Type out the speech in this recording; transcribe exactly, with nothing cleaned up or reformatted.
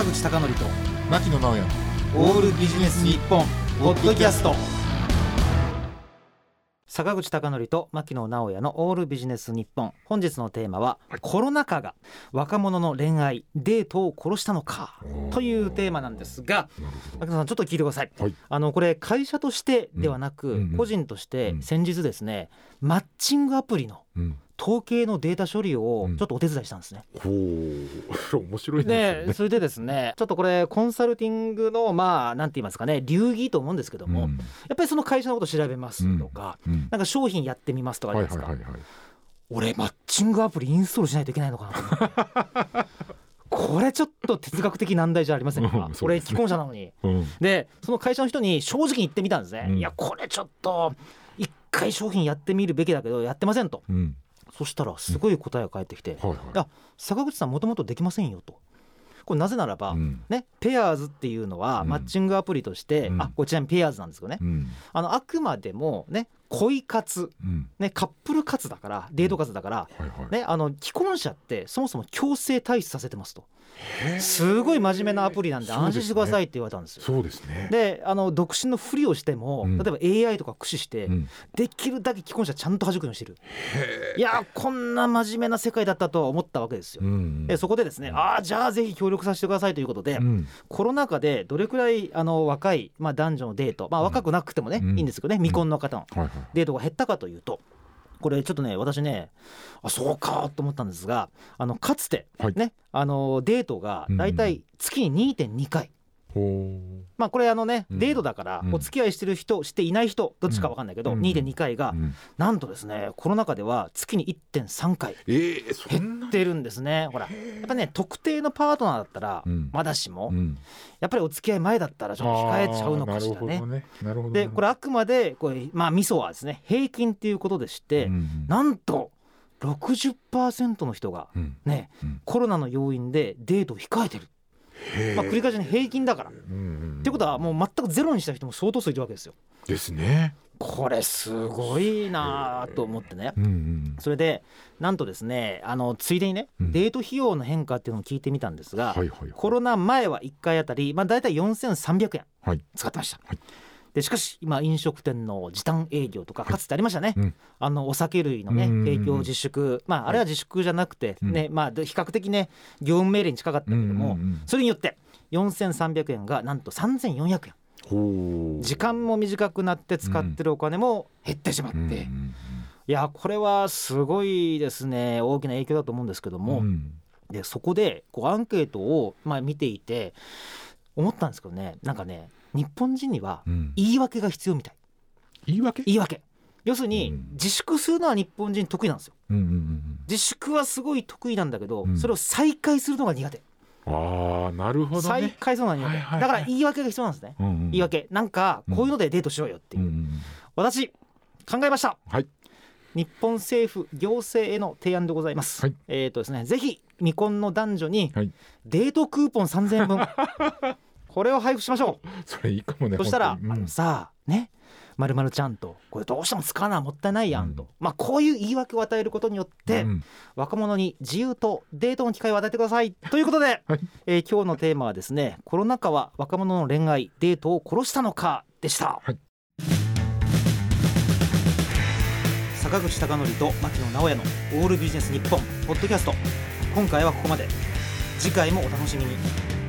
坂口孝則と牧野直哉オールビジネス日本ポッドキャスト。坂口孝則と牧野直哉のオールビジネス日本。本日のテーマは、はい、コロナ禍が若者の恋愛デートを殺したのかというテーマなんですが、牧野さんちょっと聞いてください、はい、あのこれ会社としてではなく、うん、個人として先日ですね、うん、マッチングアプリの統計のデータ処理をちょっとお手伝いしたんですね、 うん、お面白いですね。 でそれでですね、ちょっとこれコンサルティングのまあなんて言いますかね、流儀と思うんですけども、うん、やっぱりその会社のことを調べますとか、うんうん、なんか商品やってみますとかありますか、はいはいはいはい、俺マッチングアプリインストールしないといけないのかなこれちょっと哲学的難題じゃありませんか、うんね、俺既婚者なのに、うん、でその会社の人に正直に言ってみたんですね、うん、いやこれちょっと一回商品やってみるべきだけどやってませんと、うん、そしたらすごい答えが返ってきて、うんはいはい、いや坂口さんもともとできませんよと。これなぜならば、うんね、ペアーズっていうのはマッチングアプリとして、うん、あこれちなみにペアーズなんですけどね、うん、あのあくまでもね恋活、うんね、カップル活だからデート活だから、うんはいはいね、あの既婚者ってそもそも強制退出させてますと。すごい真面目なアプリなんで安心してくださいって言われたんですよ。 そうですね。 であの独身のふりをしても、うん、例えば エーアイ とか駆使して、うん、できるだけ既婚者ちゃんと弾くようにしてる。いやこんな真面目な世界だったとは思ったわけですよ、うん、でそこでですね、うん、あじゃあぜひ協力させてくださいということで、うん、コロナ禍でどれくらいあの若い、まあ、男女のデート、まあ、若くなくてもね、うん、いいんですけどね、未婚の方のデートが減ったかというと、これちょっとね私ねあそうかと思ったんですが、あのかつて、はいね、あのデートがだいたい月に にてんに 回、うんまあ、これあのね、うん、デートだからお付き合いしてる人、うん、していない人どっちか分かんないけど、うん、にてんに 回が、うん、なんとですねコロナ禍では月に いってんさん 回減ってるんですね、えー、ほらやっぱね特定のパートナーだったら、うん、まだしも、うん、やっぱりお付き合い前だったらちょっと控えちゃうのかしらね。ねでこれあくまでこれ、まあ、ミソはですね平均っていうことでして、うんうん、なんと ろくじゅっパーセント の人が、ねうん、コロナの要因でデートを控えてる。まあ、繰り返しに平均だから、うんうん、っていうことはもう全くゼロにした人も相当数いるわけですよ。 ですね。 これすごいなと思ってね、うんうん、それでなんとですねあのついでにね、うん、デート費用の変化っていうのを聞いてみたんですが、はいはいはい、コロナ前はいっかいあたり、まあ、だいたいよんせんさんびゃくえん使ってました、はいはい、でしかし今飲食店の時短営業とかかつてありましたね、はいうん、あのお酒類のね提供自粛、まあ、あれは自粛じゃなくて、ねまあ、比較的ね業務命令に近かったけども、うんうんうん、それによってよんせんさんびゃくえんがなんとさんぜんよんひゃくえん、時間も短くなって使ってるお金も減ってしまって、うんうんうん、いやこれはすごいですね大きな影響だと思うんですけども、うん、でそこでこうアンケートをまあ見ていて思ったんですけどね、なんかね日本人には言い訳が必要みたい、 うん、言い訳言い訳要するに、うん、自粛するのは日本人得意なんですよ、うんうんうん、自粛はすごい得意なんだけど、うん、それを再開するのが苦手。 あなるほどね、 再開するのが苦手、はいはいはい、だから言い訳が必要なんですね、うんうん、言い訳なんかこういうのでデートしようよっていう、うんうん、私考えました、はい、日本政府行政への提案でございます、はい、えーとですね、ぜひ未婚の男女にデートクーポンさんぜんえんぶん、はい、これを配布しましょう。 それいいかもね。 そしたら、うん、あのさあね〇〇ちゃんとこれどうしても使わなもったいないやんと、うんまあ、こういう言い訳を与えることによって、うん、若者に自由とデートの機会を与えてくださいということで、はいえー、今日のテーマはですね、コロナ禍は若者の恋愛デートを殺したのかでした、はい、坂口孝則と牧野直哉のオールビジネス日本ポッドキャスト、今回はここまで。次回もお楽しみに。